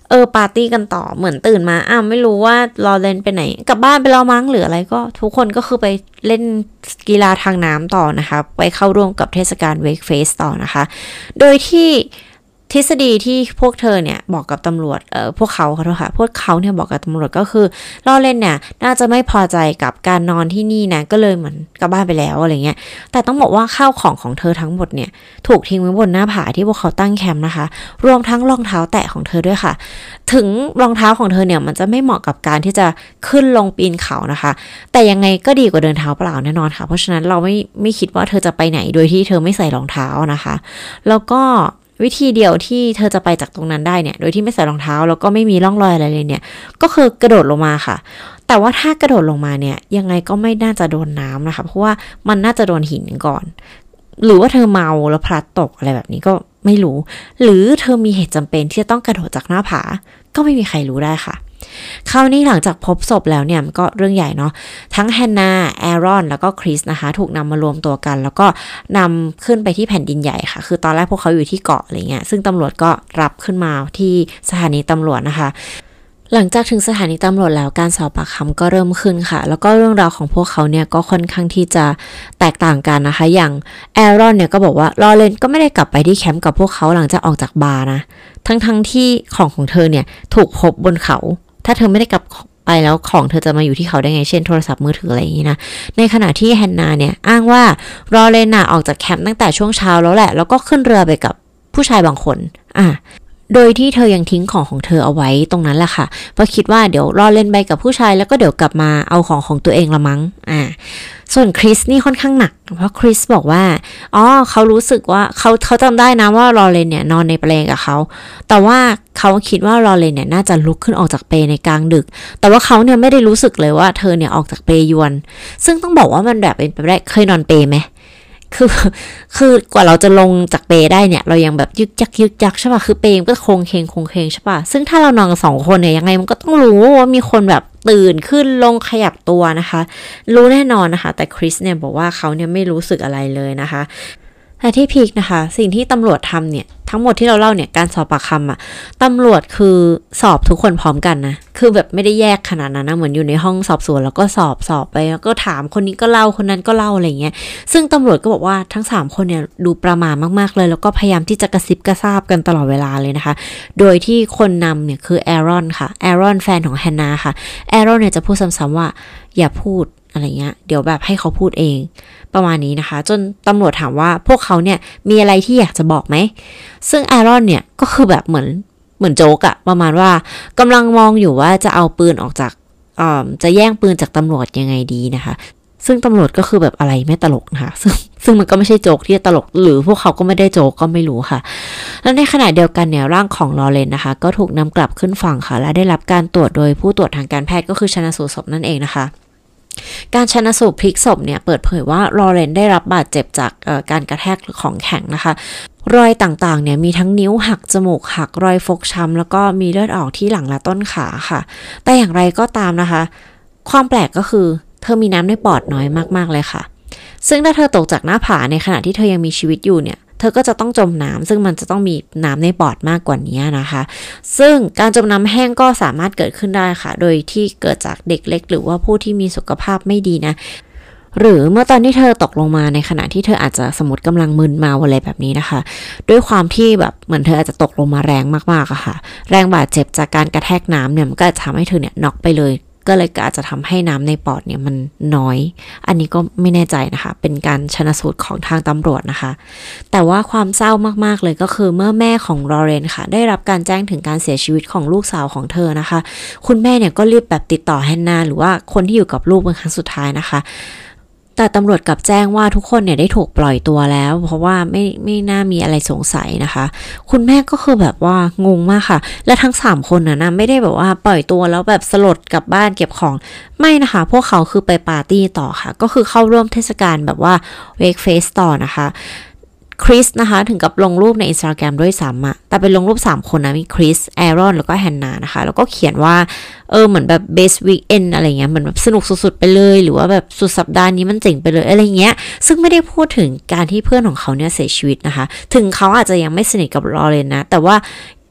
เออปาร์ตี้กันต่อเหมือนตื่นมาอ้าวไม่รู้ว่าลอเรนไปไหนกลับบ้านไปแล้วมั้งหรืออะไรก็ทุกคนก็คือไปเล่นกีฬาทางน้ำต่อนะคะไปเข้าร่วมกับเทศกาลเวกเฟสต่อนะคะโดยที่ทฤษฎีที่พวกเธอเนี่ยบอกกับตำรวจเอ่อพวกเขาขอโทษค่ะพวกเขาเนี่ยบอกกับตำรวจก็คือลอเรนเนี่ยน่าจะไม่พอใจกับการนอนที่นี่นะก็เลยเหมือนกลับบ้านไปแล้วอะไรเงี้ยแต่ต้องบอกว่าข้าวของของเธอทั้งหมดเนี่ยถูกทิ้งไว้บนหน้าผาที่พวกเขาตั้งแคมป์นะคะรวมทั้งรองเท้าแตะของเธอด้วยค่ะถึงรองเท้าของเธอเนี่ยมันจะไม่เหมาะกับการที่จะขึ้นลงปีนเขานะคะแต่ยังไงก็ดีกว่าเดินเท้าเปล่าแน่นอนค่ะเพราะฉะนั้นเราไม่ไม่คิดว่าเธอจะไปไหนโดยที่เธอไม่ใส่รองเท้านะคะแล้วก็วิธีเดียวที่เธอจะไปจากตรงนั้นได้เนี่ยโดยที่ไม่ใส่รองเท้าแล้วก็ไม่มีร่องรอยอะไรเลยเนี่ยก็คือกระโดดลงมาค่ะแต่ว่าถ้ากระโดดลงมาเนี่ยยังไงก็ไม่น่าจะโดนน้ำนะคะเพราะว่ามันน่าจะโดนหินก่อนหรือว่าเธอเมาแล้วพลัดตกอะไรแบบนี้ก็ไม่รู้หรือเธอมีเหตุจำเป็นที่จะต้องกระโดดจากหน้าผาก็ไม่มีใครรู้ได้ค่ะคราวนี้หลังจากพบศพแล้วเนี่ยก็เรื่องใหญ่เนาะทั้งแฮนนาแอรอนแล้วก็คริสนะคะถูกนำมารวมตัวกันแล้วก็นำขึ้นไปที่แผ่นดินใหญ่ค่ะคือตอนแรกพวกเขาอยู่ที่เกาะอะไรเงี้ยซึ่งตำรวจก็รับขึ้นมาที่สถานีตำรวจนะคะหลังจากถึงสถานีตำรวจแล้วการสอบปากคำก็เริ่มขึ้นค่ะแล้วก็เรื่องราวของพวกเขาเนี่ยก็ค่อนข้างที่จะแตกต่างกันนะคะอย่างแอรอนเนี่ยก็บอกว่าลอเรนก็ไม่ได้กลับไปที่แคมป์กับพวกเขาหลังจากออกจากบาร์นะทั้งๆ ท, ที่ของของเธอเนี่ยถูกพบบนเขาถ้าเธอไม่ได้กลับไปแล้วของเธอจะมาอยู่ที่เขาได้ไงเช่นโทรศัพท์มือถืออะไรอย่างนี้นะในขณะที่แฮนนาเนี่ยอ้างว่ารอเรนน่ะออกจากแคมป์ตั้งแต่ช่วงเช้าแล้วแหละแล้วก็ขึ้นเรือไปกับผู้ชายบางคนอ่ะโดยที่เธอยังทิ้งของของเธอเอาไว้ตรงนั้นแหละค่ะเพราะคิดว่าเดี๋ยวรอเล่นไปกับผู้ชายแล้วก็เดี๋ยวกลับมาเอาของของตัวเองละมั้งอ่าส่วนคริสนี่ค่อนข้างหนักเพราะคริสบอกว่าอ๋อเขารู้สึกว่าเขาเขาจำได้นะว่ารอเรนเนี่ยนอนในเปลกับเขาแต่ว่าเขาคิดว่ารอเรนเนี่ยน่าจะลุกขึ้นออกจากเปลในกลางดึกแต่ว่าเขาเนี่ยไม่ได้รู้สึกเลยว่าเธอเนี่ยออกจากเปลยวนซึ่งต้องบอกว่ามันแบบเป็นไปได้เคยนอนเปลไหมคือคือกว่าเราจะลงจากเปได้เนี่ยเรายังแบบยึกยักยึกยักใช่ป่ะคือเปก็โคงเคงโคงเคงใช่ป่ะซึ่งถ้าเรานอนกันสองคนเนี่ยยังไงมันก็ต้องรู้ว่ามีคนแบบตื่นขึ้นลงขยับตัวนะคะรู้แน่นอนนะคะแต่คริสเนี่ยบอกว่าเขาเนี่ยไม่รู้สึกอะไรเลยนะคะแต่ที่พีคนะคะสิ่งที่ตำรวจทำเนี่ยทั้งหมดที่เราเล่าเนี่ยการสอบปากคำอะตำรวจคือสอบทุกคนพร้อมกันนะคือแบบไม่ได้แยกขนาดนั้นนะเหมือนอยู่ในห้องสอบสวนแล้วก็สอบสอบไปแล้วก็ถามคนนี้ก็เล่าคนนั้นก็เล่าอะไรเงี้ยซึ่งตำรวจก็บอกว่าทั้งสามคนเนี่ยดูประมาทมากๆเลยแล้วก็พยายามที่จะกระซิบกระซาบกันตลอดเวลาเลยนะคะโดยที่คนนำเนี่ยคือแอรอนค่ะแอรอนแฟนของแฮนนาค่ะแอรอนเนี่ยจะพูดซ้ำๆว่าอย่าพูดอะไรเงี้ยเดี๋ยวแบบให้เขาพูดเองประมาณนี้นะคะจนตำรวจถามว่าพวกเขาเนี่ยมีอะไรที่อยากจะบอกไหมซึ่งแอรอนเนี่ยก็คือแบบเหมือนเหมือนโจ๊กอะประมาณว่ากำลังมองอยู่ว่าจะเอาปืนออกจากอ่าจะแย่งปืนจากตำรวจยังไงดีนะคะซึ่งตำรวจก็คือแบบอะไรไม่ตลกนะคะซึ่งซึ่งมันก็ไม่ใช่โจ๊กที่ตลกหรือพวกเขาก็ไม่ได้โจ๊กก็ไม่รู้ค่ะแล้วในขณะเดียวกันเนี่ยร่างของลอเรนนะคะก็ถูกนำกลับขึ้นฝั่งค่ะและได้รับการตรวจโดยผู้ตรวจทางการแพทย์ก็คือชันสูตรศพนั่นเองนะคะการชันสูตรพลิกศพเนี่ยเปิดเผยว่าลอเรนได้รับบาดเจ็บจากการกระแทกของแข็งนะคะรอยต่างๆเนี่ยมีทั้งนิ้วหักจมูกหักรอยฟกช้ำแล้วก็มีเลือดออกที่หลังและต้นขาค่ะแต่อย่างไรก็ตามนะคะความแปลกก็คือเธอมีน้ำในปอดน้อยมากๆเลยค่ะซึ่งถ้าเธอตกจากหน้าผาในขณะที่เธอยังมีชีวิตอยู่เนี่ยเธอก็จะต้องจมน้ำซึ่งมันจะต้องมีน้ำในปอดมากกว่านี้นะคะซึ่งการจมน้ำแห้งก็สามารถเกิดขึ้นได้ค่ะโดยที่เกิดจากเด็กเล็กหรือว่าผู้ที่มีสุขภาพไม่ดีนะหรือเมื่อตอนที่เธอตกลงมาในขณะที่เธออาจจะสมมติกำลังมึนเมาอะไรแบบนี้นะคะด้วยความที่แบบเหมือนเธออาจจะตกลงมาแรงมากๆอะค่ะแรงบาดเจ็บจากการกระแทกน้ำเนี่ยมันก็จะทำให้เธอเนี่ยน็อกไปเลยก็เลยอาจจะทำให้น้ำในปอดเนี่ยมันน้อยอันนี้ก็ไม่แน่ใจนะคะเป็นการชันสูตรของทางตำรวจนะคะแต่ว่าความเศร้ามากๆเลยก็คือเมื่อแม่ของลอเรนค่ะได้รับการแจ้งถึงการเสียชีวิตของลูกสาวของเธอนะคะคุณแม่เนี่ยก็รีบแบบติดต่อแฮนนาหรือว่าคนที่อยู่กับลูกเป็นครั้งสุดท้ายนะคะแต่ตำรวจกลับแจ้งว่าทุกคนเนี่ยได้ถูกปล่อยตัวแล้วเพราะว่าไม่ไม่น่ามีอะไรสงสัยนะคะคุณแม่ก็คือแบบว่างงมากค่ะและทั้งสามคนนะนะไม่ได้แบบว่าปล่อยตัวแล้วแบบสลดกลับบ้านเก็บของไม่นะคะพวกเขาคือไปปาร์ตี้ต่อค่ะก็คือเข้าร่วมเทศกาลแบบว่าเวกเฟสต่อนะคะคริสนะคะถึงกับลงรูปใน Instagram ด้วยซ้ำอะแต่เป็นลงรูปสามคนนะมีคริสแอรอนแล้วก็แฮนนานะคะแล้วก็เขียนว่าเออเหมือนแบบ best weekend อะไรเงี้ยเหมือนแบบสนุกสุดๆไปเลยหรือว่าแบบสุดสัปดาห์นี้มันเจ๋งไปเลยอะไรเงี้ยซึ่งไม่ได้พูดถึงการที่เพื่อนของเขาเนี่ยเสียชีวิตนะคะถึงเขาอาจจะยังไม่สนิทกับลอเรนนะแต่ว่า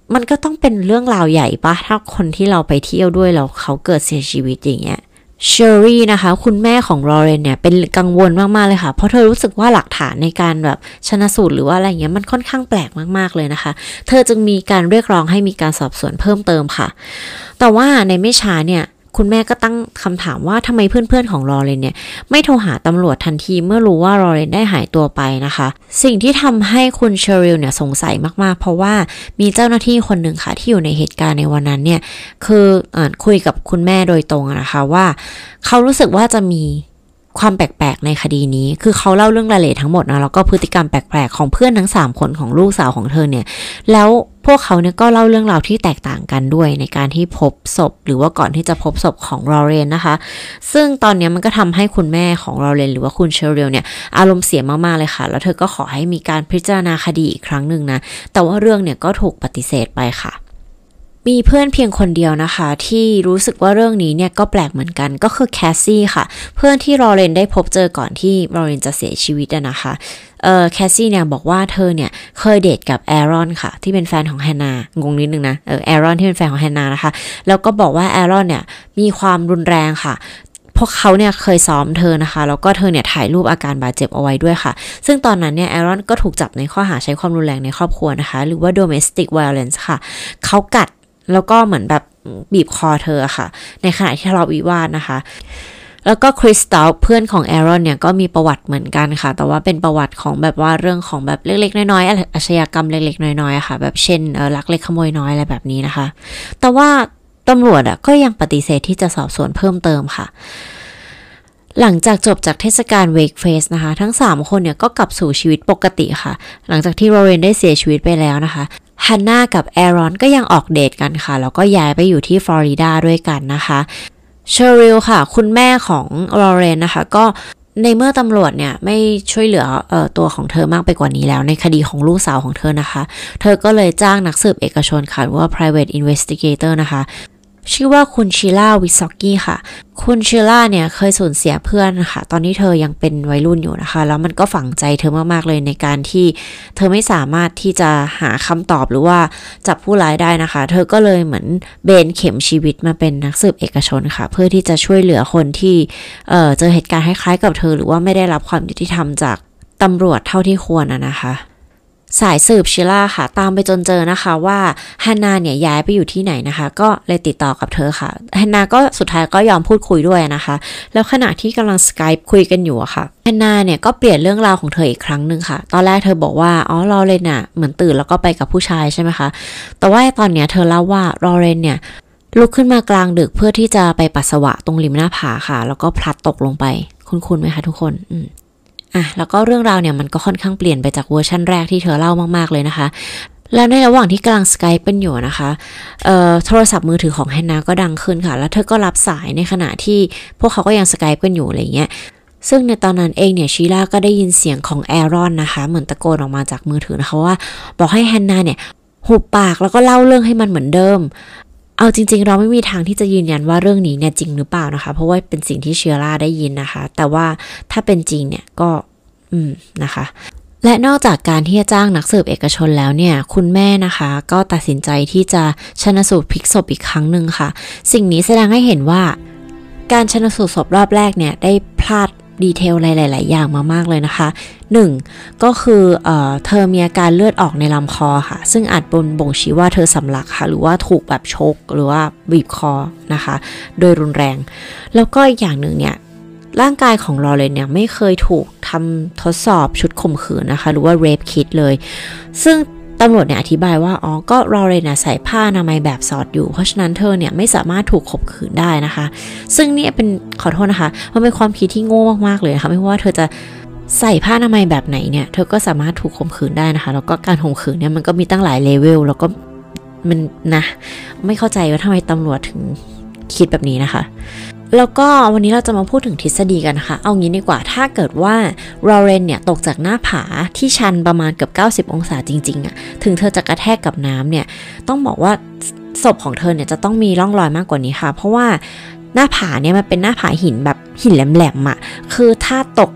มันก็ต้องเป็นเรื่องราวใหญ่ปะถ้าคนที่เราไปเที่ยวด้วยแล้วเขาเกิดเสียชีวิตอย่างเงี้ยเชอรี่นะคะคุณแม่ของลอเรนเนี่ยเป็นกังวลมากๆเลยค่ะเพราะเธอรู้สึกว่าหลักฐานในการแบบชนสูตรหรือว่าอะไรเงี้ยมันค่อนข้างแปลกมากๆเลยนะคะเธอจึงมีการเรียกร้องให้มีการสอบสวนเพิ่มเติมค่ะแต่ว่าในไม่ช้าเนี่ยคุณแม่ก็ตั้งคำถามว่าทำไมเพื่อนๆของลอเรนเนี่ยไม่โทรหาตำรวจทันทีเมื่อรู้ว่าลอเรนได้หายตัวไปนะคะสิ่งที่ทำให้คุณเชอริลเนี่ยสงสัยมากๆเพราะว่ามีเจ้าหน้าที่คนหนึ่งค่ะที่อยู่ในเหตุการณ์ในวันนั้นเนี่ยคืออคุยกับคุณแม่โดยตรงนะคะว่าเขารู้สึกว่าจะมีความแปลกๆในคดีนี้คือเขาเล่าเรื่องรายละเอียดทั้งหมดนะแล้วก็พฤติกรรมแปลกๆของเพื่อนทั้งสามคนของลูกสาวของเธอเนี่ยแล้วพวกเขาเนี่ยก็เล่าเรื่องราวที่แตกต่างกันด้วยในการที่พบศพหรือว่าก่อนที่จะพบศพของลอเรนนะคะซึ่งตอนนี้มันก็ทำให้คุณแม่ของลอเรนหรือว่าคุณเชอริลเนี่ยอารมณ์เสียมากๆเลยค่ะแล้วเธอก็ขอให้มีการพิจารณาคดีอีกครั้งหนึ่งนะแต่ว่าเรื่องเนี่ยก็ถูกปฏิเสธไปค่ะมีเพื่อนเพียงคนเดียวนะคะที่รู้สึกว่าเรื่องนี้เนี่ยก็แปลกเหมือนกันก็คือแคสซี่ค่ะเพื่อนที่ลอเรนได้พบเจอก่อนที่ลอเรนจะเสียชีวิตนะคะ เอ่อแคสซี่เนี่ยบอกว่าเธอเนี่ยเคยเดทกับแอรอนค่ะที่เป็นแฟนของแฮนนางงนิดนึงนะเออแอรอนที่เป็นแฟนของแฮนนานะคะแล้วก็บอกว่าแอรอนเนี่ยมีความรุนแรงค่ะพวกเขาเนี่ยเคยซ้อมเธอนะคะแล้วก็เธอเนี่ยถ่ายรูปอาการบาดเจ็บเอาไว้ด้วยค่ะซึ่งตอนนั้นเนี่ยแอรอนก็ถูกจับในข้อหาใช้ความรุนแรงในครอบครัวนะคะหรือว่า domestic violence ค่ะเขากัดแล้วก็เหมือนแบบบีบคอเธอค่ะในขณะที่ทะเลาะวิวาทนะคะแล้วก็คริสตัลเพื่อนของแอรอนเนี่ยก็มีประวัติเหมือนกันค่ะแต่ว่าเป็นประวัติของแบบว่าเรื่องของแบบเล็กๆน้อยๆอาชญากรรมเล็กๆน้อยๆค่ะแบบเช่นเออลักเล็กขโมยน้อยอะไรแบบนี้นะคะแต่ว่าตำรวจอ่ะก็ยังปฏิเสธที่จะสอบสวนเพิ่มเติมค่ะหลังจากจบจากเทศกาลเวกเฟสนะคะทั้งสามคนเนี่ยก็กลับสู่ชีวิตปกติค่ะหลังจากที่ลอเรนได้เสียชีวิตไปแล้วนะคะฮันนากับแอรอนก็ยังออกเดทกันค่ะแล้วก็ย้ายไปอยู่ที่ฟลอริดาด้วยกันนะคะเชอริลค่ะคุณแม่ของลอเรนนะคะก็ในเมื่อตำรวจเนี่ยไม่ช่วยเหลือเอ่อตัวของเธอมากไปกว่านี้แล้วในคดีของลูกสาวของเธอนะคะเธอก็เลยจ้างนักสืบเอกชนค่ะหรือว่า private investigator นะคะชื่อว่าคุณชิล่าวิซอกกี้ค่ะคุณชิล่าเนี่ยเคยสูญเสียเพื่อนค่ะตอนนี้เธอยังเป็นวัยรุ่นอยู่นะคะแล้วมันก็ฝังใจเธอมากๆเลยในการที่เธอไม่สามารถที่จะหาคำตอบหรือว่าจับผู้ร้ายได้นะคะเธอก็เลยเหมือนเบนเข็มชีวิตมาเป็นนักสืบเอกชนค่ะเพื่อที่จะช่วยเหลือคนที่เอ่อเจอเหตุการณ์คล้ายๆกับเธอหรือว่าไม่ได้รับความยุติธรรมจากตำรวจเท่าที่ควรอะนะคะสายสืบชิล่าค่ะตามไปจนเจอนะคะว่าฮันนาเนี่ยย้ายไปอยู่ที่ไหนนะคะก็เลยติดต่อกับเธอค่ะฮันนาก็สุดท้ายก็ยอมพูดคุยด้วยนะคะแล้วขณะที่กำลังสกายป์คุยกันอยู่อะค่ะฮันนาเนี่ยก็เปลี่ยนเรื่องราวของเธออีกครั้งหนึ่งค่ะตอนแรกเธอบอกว่าอ๋อลอเรนน่ะเหมือนตื่นแล้วก็ไปกับผู้ชายใช่ไหมคะแต่ว่าตอนเนี้ยเธอเล่าว่าลอเรนเนี่ยลุกขึ้นมากลางดึกเพื่อที่จะไปปัสสาวะตรงริมหน้าผาค่ะแล้วก็พลัดตกลงไปคุ้นๆไหมคะทุกคนอืมอ่ะแล้วก็เรื่องราวเนี่ยมันก็ค่อนข้างเปลี่ยนไปจากเวอร์ชั่นแรกที่เธอเล่ามากๆเลยนะคะแล้วในระหว่างที่กำลังสกายป์เป็นอยู่นะคะเอ่อโทรศัพท์มือถือของแฮนนาก็ดังขึ้นค่ะแล้วเธอก็รับสายในขณะที่พวกเขาก็ยังสกายป์กันอยู่อะไรเงี้ยซึ่งในตอนนั้นเองเนี่ยชีล่าก็ได้ยินเสียงของแอรอนนะคะเหมือนตะโกนออกมาจากมือถือนะคะว่าบอกให้แฮนนาเนี่ยหุบปากแล้วก็เล่าเรื่องให้มันเหมือนเดิมเอาจริงๆเราไม่มีทางที่จะยืนยันว่าเรื่องนี้เนี่ยจริงหรือเปล่านะคะเพราะว่าเป็นสิ่งที่เชียร่าได้ยินนะคะแต่ว่าถ้าเป็นจริงเนี่ยก็อืมนะคะและนอกจากการที่จะจ้างนักสืบเอกชนแล้วเนี่ยคุณแม่นะคะก็ตัดสินใจที่จะชันสูตรพลิกศพอีกครั้งหนึ่งค่ะสิ่งนี้แสดงให้เห็นว่าการชันสูตรศพรอบแรกเนี่ยได้พลาดดีเทลหลายๆอย่างมามากเลยนะคะหนึ่งก็คือเอ่อเธอมีอาการเลือดออกในลำคอค่ะซึ่งอาจบ่งบ่งชี้ว่าเธอสำลักค่ะหรือว่าถูกแบบชกหรือว่าบีบคอนะคะโดยรุนแรงแล้วก็อีกอย่างหนึ่งเนี่ยร่างกายของลอเรนเนี่ยไม่เคยถูกทำทดสอบชุดข่มขืนนะคะหรือว่า rape kit เลยซึ่งตำรวจเนี่ยอธิบายว่าอ๋อก็ลอเรนใส่ผ้าอนามัยแบบสอดอยู่เพราะฉะนั้นเธอเนี่ยไม่สามารถถูกข่มขืนได้นะคะซึ่งเนี่ยเป็นขอโทษนะคะมันเป็นความคิดที่โง่มากๆเลยนะคะไม่ว่าเธอจะใส่ผ้าอนามัยแบบไหนเนี่ยเธอก็สามารถถูกข่มขืนได้นะคะแล้วก็การข่มขืนเนี่ยมันก็มีตั้งหลายเลเวลแล้วก็มันนะไม่เข้าใจว่าทำไมตำรวจถึงคิดแบบนี้นะคะแล้วก็วันนี้เราจะมาพูดถึงทฤษฎีกันนะคะเอางี้ดีกว่าถ้าเกิดว่าลอเรนเนี่ยตกจากหน้าผาที่ชันประมาณเกือบเก้าสิบองศาจริงๆอะถึงเธอจะกระแทกกับน้ำเนี่ยต้องบอกว่าศพของเธอเนี่ยจะต้องมีร่องรอยมากกว่านี้ค่ะเพราะว่าหน้าผาเนี่ยมันเป็นหน้าผาหินแบบหินแหลมๆอะคือถ้าตก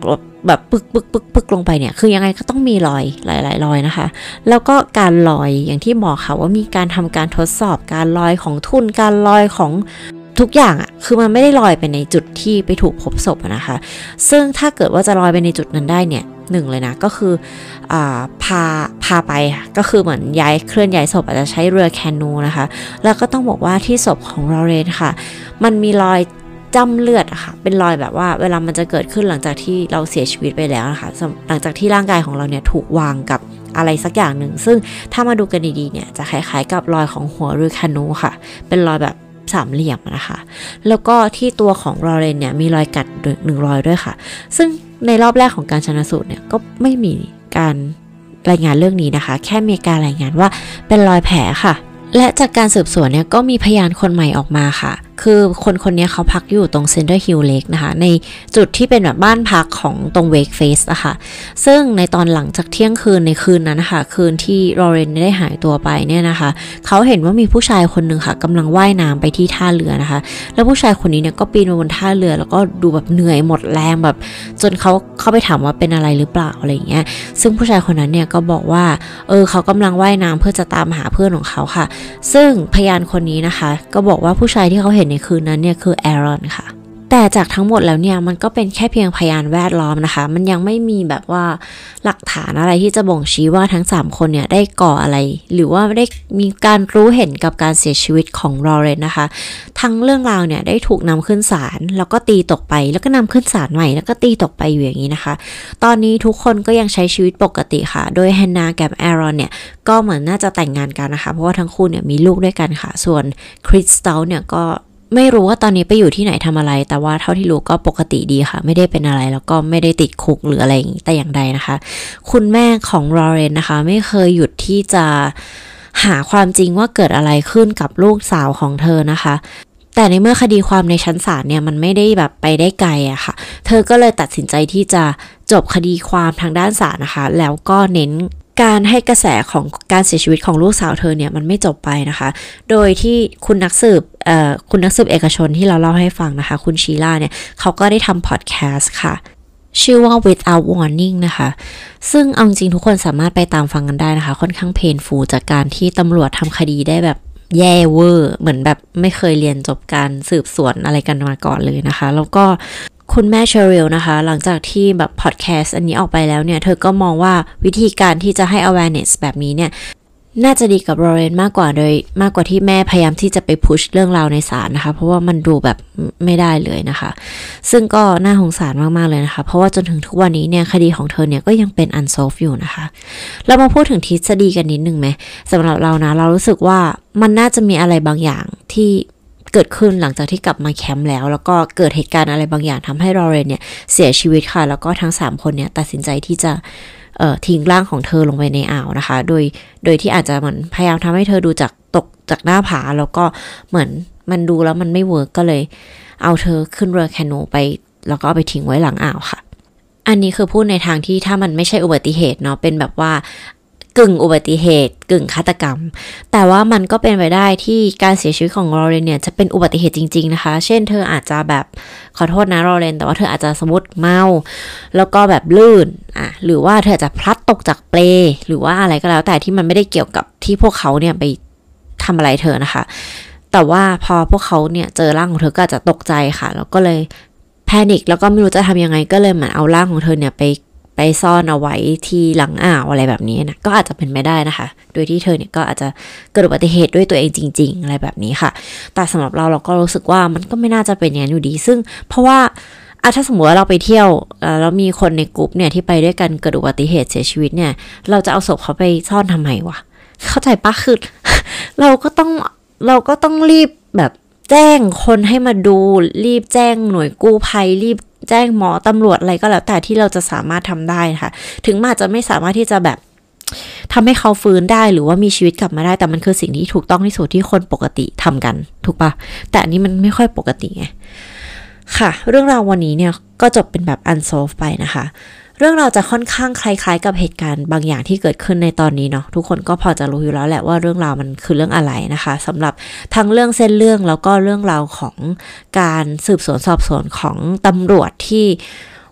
แบบปึกปึกปึกปึกลงไปเนี่ยคือยังไงก็ต้องมีรอยหลายๆรอยนะคะแล้วก็การลอยอย่างที่บอกค่ะว่ามีการทำการทดสอบการลอยของทุ่นการลอยของทุกอย่างอ่ะคือมันไม่ได้ลอยไปในจุดที่ไปถูกพบศพนะคะซึ่งถ้าเกิดว่าจะลอยไปในจุดนั้นได้เนี่ยหนึ่งเลยนะก็คืออ่าพาพาไปก็คือเหมือนย้ายเคลื่อนย้ายศพอาจจะใช้เรือแคนูนะคะแล้วก็ต้องบอกว่าที่ศพของลอเรนค่ะมันมีรอยจ้ำเลือดอะค่ะเป็นรอยแบบว่าเวลามันจะเกิดขึ้นหลังจากที่เราเสียชีวิตไปแล้วนะคะหลังจากที่ร่างกายของเราเนี่ยถูกวางกับอะไรสักอย่างหนึ่งซึ่งถ้ามาดูกันดีๆเนี่ยจะคล้ายๆกับรอยของหัวเรือแคนูค่ะเป็นรอยแบบสามเหลี่ยมนะคะแล้วก็ที่ตัวของลอเรนเนี่ยมีรอยกัดหนึ่งรอยด้วยค่ะซึ่งในรอบแรกของการชันสูตรเนี่ยก็ไม่มีการรายงานเรื่องนี้นะคะแค่มีการรายงานว่าเป็นรอยแผลค่ะและจากการสืบสวนเนี่ยก็มีพยานคนใหม่ออกมาค่ะคือคนคนนี้เขาพักอยู่ตรงเซนเตอร์ฮิลเลกนะคะในจุดที่เป็นแบบบ้านพักของตรงเวกเฟสอะค่ะซึ่งในตอนหลังจากเที่ยงคืนในคืนนั้นนะคะคืนที่ลอเรนได้หายตัวไปเนี่ยนะคะเขาเห็นว่ามีผู้ชายคนหนึ่งค่ะกำลังว่ายน้ำไปที่ท่าเรือนะคะแล้วผู้ชายคนนี้เนี่ยก็ปีนมาบนท่าเรือแล้วก็ดูแบบเหนื่อยหมดแรงแบบจนเขาเข้าไปถามว่าเป็นอะไรหรือเปล่าอะไรอย่างเงี้ยซึ่งผู้ชายคนนั้นเนี่ยก็บอกว่าเออเขากำลังว่ายน้ำเพื่อจะตามหาเพื่อนของเขาค่ะซึ่งพยานคนนี้นะคะก็บอกว่าผู้ชายที่เขาเห็นในคืนนั้นเนี่ยคือแอรอนค่ะแต่จากทั้งหมดแล้วเนี่ยมันก็เป็นแค่เพียงพยานแวดล้อมนะคะมันยังไม่มีแบบว่าหลักฐานอะไรที่จะบ่งชี้ว่าทั้งสามคนเนี่ยได้ก่ออะไรหรือว่าได้มีการรู้เห็นกับการเสียชีวิตของลอเรนนะคะทั้งเรื่องราวเนี่ยได้ถูกนำขึ้นศาลแล้วก็ตีตกไปแล้วก็นำขึ้นศาลใหม่แล้วก็ตีตกไปอยู่อย่างนี้นะคะตอนนี้ทุกคนก็ยังใช้ชีวิตปกติค่ะโดยแฮนนากับแอรอนเนี่ยก็เหมือนน่าจะแต่งงานกันนะคะเพราะว่าทั้งคู่เนี่ยมีลูกด้วยกันค่ะส่วนคริสตัลเนี่ยก็ไม่รู้ว่าตอนนี้ไปอยู่ที่ไหนทำอะไรแต่ว่าเท่าที่รู้ก็ปกติดีค่ะไม่ได้เป็นอะไรแล้วก็ไม่ได้ติดคุกหรืออะไรอย่างนี้แต่อย่างใดนะคะคุณแม่ของลอเรนนะคะไม่เคยหยุดที่จะหาความจริงว่าเกิดอะไรขึ้นกับลูกสาวของเธอนะคะแต่ในเมื่อคดีความในชั้นศาลเนี่ยมันไม่ได้แบบไปได้ไกลอะค่ะเธอก็เลยตัดสินใจที่จะจบคดีความทางด้านศาลนะคะแล้วก็เน้นการให้กระแสของการเสียชีวิตของลูกสาวเธอเนี่ยมันไม่จบไปนะคะโดยที่คุณนักสืบเอ่อคุณนักสืบเอกชนที่เราเล่าให้ฟังนะคะคุณชีล่าเนี่ยเขาก็ได้ทำพอดแคสต์ค่ะชื่อว่า Without Warning นะคะซึ่งเอาจริงทุกคนสามารถไปตามฟังกันได้นะคะค่อนข้างเพนฟูลจากการที่ตำรวจทำคดีได้แบบแย่เวอร์เหมือนแบบไม่เคยเรียนจบการสืบสวนอะไรกันมาก่อนเลยนะคะแล้วก็คุณแม่เชอริลนะคะหลังจากที่แบบพอดแคสต์อันนี้ออกไปแล้วเนี่ยเธอก็มองว่าวิธีการที่จะให้ awareness แบบนี้เนี่ยน่าจะดีกับลอเรนมากกว่าโดยมากกว่าที่แม่พยายามที่จะไปพุชเรื่องราวในศาลนะคะเพราะว่ามันดูแบบไม่ได้เลยนะคะซึ่งก็น่าสงสารมากๆเลยนะคะเพราะว่าจนถึงทุกวันนี้เนี่ยคดีของเธอเนี่ยก็ยังเป็น unsolved อยู่นะคะเรามาพูดถึงทฤษฎีกันนิดนึงไหมสำหรับเรานะเรารู้สึกว่ามันน่าจะมีอะไรบางอย่างที่เกิดขึ้นหลังจากที่กลับมาแคมป์แล้วแล้วก็เกิดเหตุการณ์อะไรบางอย่างทำให้ลอเรนเนี่ยเสียชีวิตค่ะแล้วก็ทั้งสามคนเนี่ยตัดสินใจที่จะเอ่อทิ้งร่างของเธอลงไปในอ่าวนะคะโดยโดยที่อาจจะเหมือนพยายามทำให้เธอดูจากตกจากหน้าผาแล้วก็เหมือนมันดูแล้วมันไม่เวิร์กก็เลยเอาเธอขึ้นเรือแคนูไปแล้วก็เอาไปทิ้งไว้หลังอ่าวค่ะอันนี้คือพูดในทางที่ถ้ามันไม่ใช่อุบัติเหตุเนาะเป็นแบบว่ากึ่งอุบัติเหตุกึ่งฆาตกรรมแต่ว่ามันก็เป็นไปได้ที่การเสียชีวิตของลอเรนเนี่ยจะเป็นอุบัติเหตุจริงๆนะคะเช่นเธออาจจะแบบขอโทษนะลอเรนแต่ว่าเธออาจจะสมมติเมาแล้วก็แบบลื่นอ่ะหรือว่าเธออาจจะพลัดตกจากเปลหรือว่าอะไรก็แล้วแต่ที่มันไม่ได้เกี่ยวกับที่พวกเขาเนี่ยไปทำอะไรเธอนะคะแต่ว่าพอพวกเขาเนี่ยเจอร่างของเธอก็อาจจะตกใจค่ะแล้วก็เลยแพนิคแล้วก็ไม่รู้จะทำยังไงก็เลยเหมือนเอาร่างของเธอเนี่ยไปไปซ่อนเอาไว้ที่หลังอ่าวอะไรแบบนี้นะก็อาจจะเป็นไม่ได้นะคะโดยที่เธอเนี่ยก็อาจจะเกิดอุบัติเหตุด้วยตัวเองจริงๆอะไรแบบนี้ค่ะแต่สำหรับเราเราก็รู้สึกว่ามันก็ไม่น่าจะเป็นอย่างนั้นอยู่ดีซึ่งเพราะว่าอะถ้าสมมติว่าเราไปเที่ยวแล้วมีคนในกลุ่มเนี่ยที่ไปด้วยกันเกิดอุบัติเหตุเสียชีวิตเนี่ยเราจะเอาศพเขาไปซ่อนทำไมวะเข้าใจปะคือ เราก็ต้องเราก็ต้องรีบแบบแจ้งคนให้มาดูรีบแจ้งหน่วยกู้ภัยรีบแจ้งหมอตำรวจอะไรก็แล้วแต่ที่เราจะสามารถทำได้ค่ะถึงอาจจะไม่สามารถที่จะแบบทำให้เขาฟื้นได้หรือว่ามีชีวิตกลับมาได้แต่มันคือสิ่งที่ถูกต้องที่สุดที่คนปกติทำกันถูกปะแต่อันนี้มันไม่ค่อยปกติไงค่ะเรื่องราววันนี้เนี่ยก็จบเป็นแบบ unsolved ไปนะคะเรื่องราวจะค่อนข้างคล้ายๆกับเหตุการณ์บางอย่างที่เกิดขึ้นในตอนนี้เนาะทุกคนก็พอจะรู้อยู่แล้วแหละว่าเรื่องราวมันคือเรื่องอะไรนะคะสำหรับทั้งเรื่องเส้นเรื่องแล้วก็เรื่องราวของการสืบสวนสอบสวนของตำรวจที่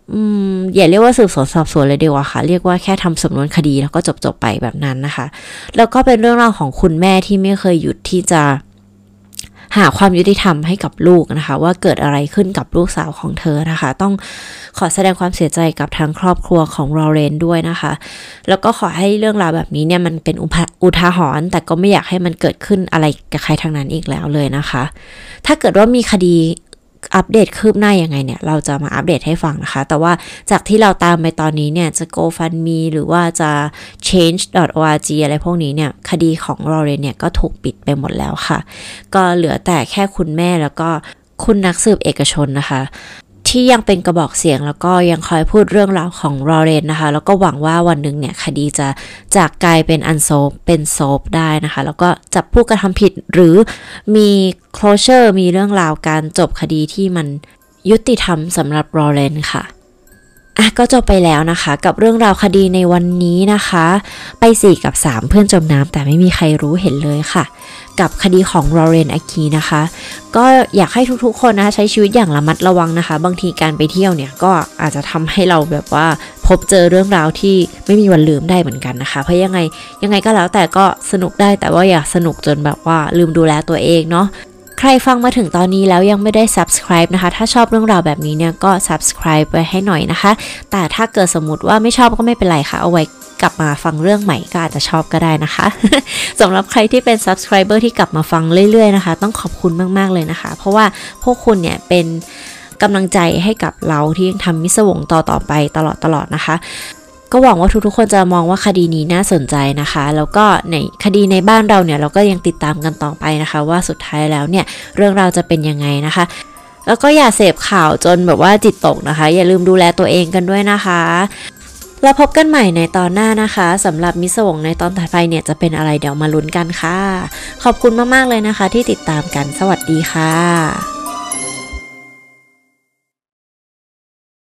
อืมอย่าเรียกว่าสืบสวนสอบสวนเลยดีกว่าค่ะเรียกว่าแค่ทำสำนวนคดีแล้วก็จบๆไปแบบนั้นนะคะแล้วก็เป็นเรื่องราวของคุณแม่ที่ไม่เคยหยุดที่จะหาความยุติธรรมให้กับลูกนะคะว่าเกิดอะไรขึ้นกับลูกสาวของเธอนะคะต้องขอแสดงความเสียใจกับทางครอบครัวของลอเรนด้วยนะคะแล้วก็ขอให้เรื่องราวแบบนี้เนี่ยมันเป็นอุทาหรณ์แต่ก็ไม่อยากให้มันเกิดขึ้นอะไรกับใครทางนั้นอีกแล้วเลยนะคะถ้าเกิดว่ามีคดีอัปเดตคืบหน้ายังไงเนี่ยเราจะมาอัปเดตให้ฟังนะคะแต่ว่าจากที่เราตามไปตอนนี้เนี่ยจะ GoFundMe หรือว่าจะ change ดอท โอ อาร์ จี อะไรพวกนี้เนี่ยคดีของลอเรนเนี่ยก็ถูกปิดไปหมดแล้วค่ะก็เหลือแต่แค่คุณแม่แล้วก็คุณนักสืบเอกชนนะคะที่ยังเป็นกระบอกเสียงแล้วก็ยังคอยพูดเรื่องราวของลอเรนนะคะแล้วก็หวังว่าวันหนึ่งเนี่ยคดีจะจากกลายเป็นอันโซฟเป็นโซฟได้นะคะแล้วก็จับผู้กระทำผิดหรือมี closure มีเรื่องราวการจบคดีที่มันยุติธรรมสำหรับลอเรนค่ะอ่ะก็จบไปแล้วนะคะกับเรื่องราวคดีในวันนี้นะคะไปสี่กับสามเพื่อนจมน้ำแต่ไม่มีใครรู้เห็นเลยค่ะกับคดีของลอเรนอาคีนะคะก็อยากให้ทุกๆคนนะคะใช้ชีวิตอย่างระมัดระวังนะคะบางทีการไปเที่ยวเนี่ยก็อาจจะทำให้เราแบบว่าพบเจอเรื่องราวที่ไม่มีวันลืมได้เหมือนกันนะคะเพราะยังไงยังไงก็แล้วแต่ก็สนุกได้แต่ว่าอย่าสนุกจนแบบว่าลืมดูแลตัวเองเนาะใครฟังมาถึงตอนนี้แล้วยังไม่ได้ subscribe นะคะถ้าชอบเรื่องราวแบบนี้เนี่ยก็ subscribe ไว้ให้หน่อยนะคะแต่ถ้าเกิดสมมติว่าไม่ชอบก็ไม่เป็นไรค่ะเอาไว้กลับมาฟังเรื่องใหม่ก็อาจจะชอบก็ได้นะคะ สำหรับใครที่เป็น subscriber ที่กลับมาฟังเรื่อยๆนะคะต้องขอบคุณมากๆเลยนะคะเพราะว่าพวกคุณเนี่ยเป็นกำลังใจให้กับเราที่ยังทำมิสวงต่อๆไปตลอดๆนะคะก็หวังว่าทุกๆคนจะมองว่าคดีนี้น่าสนใจนะคะแล้วก็ในคดีในบ้านเราเนี่ยเราก็ยังติดตามกันต่อไปนะคะว่าสุดท้ายแล้วเนี่ยเรื่องราวจะเป็นยังไงนะคะแล้วก็อย่าเสพข่าวจนแบบว่าจิตตกนะคะอย่าลืมดูแลตัวเองกันด้วยนะคะแล้วพบกันใหม่ในตอนหน้านะคะสำหรับมิสวงในตอนถัดไปเนี่ยจะเป็นอะไรเดี๋ยวมาลุ้นกันค่ะขอบคุณมากๆเลยนะคะที่ติดตามกันสวัสดีค่ะ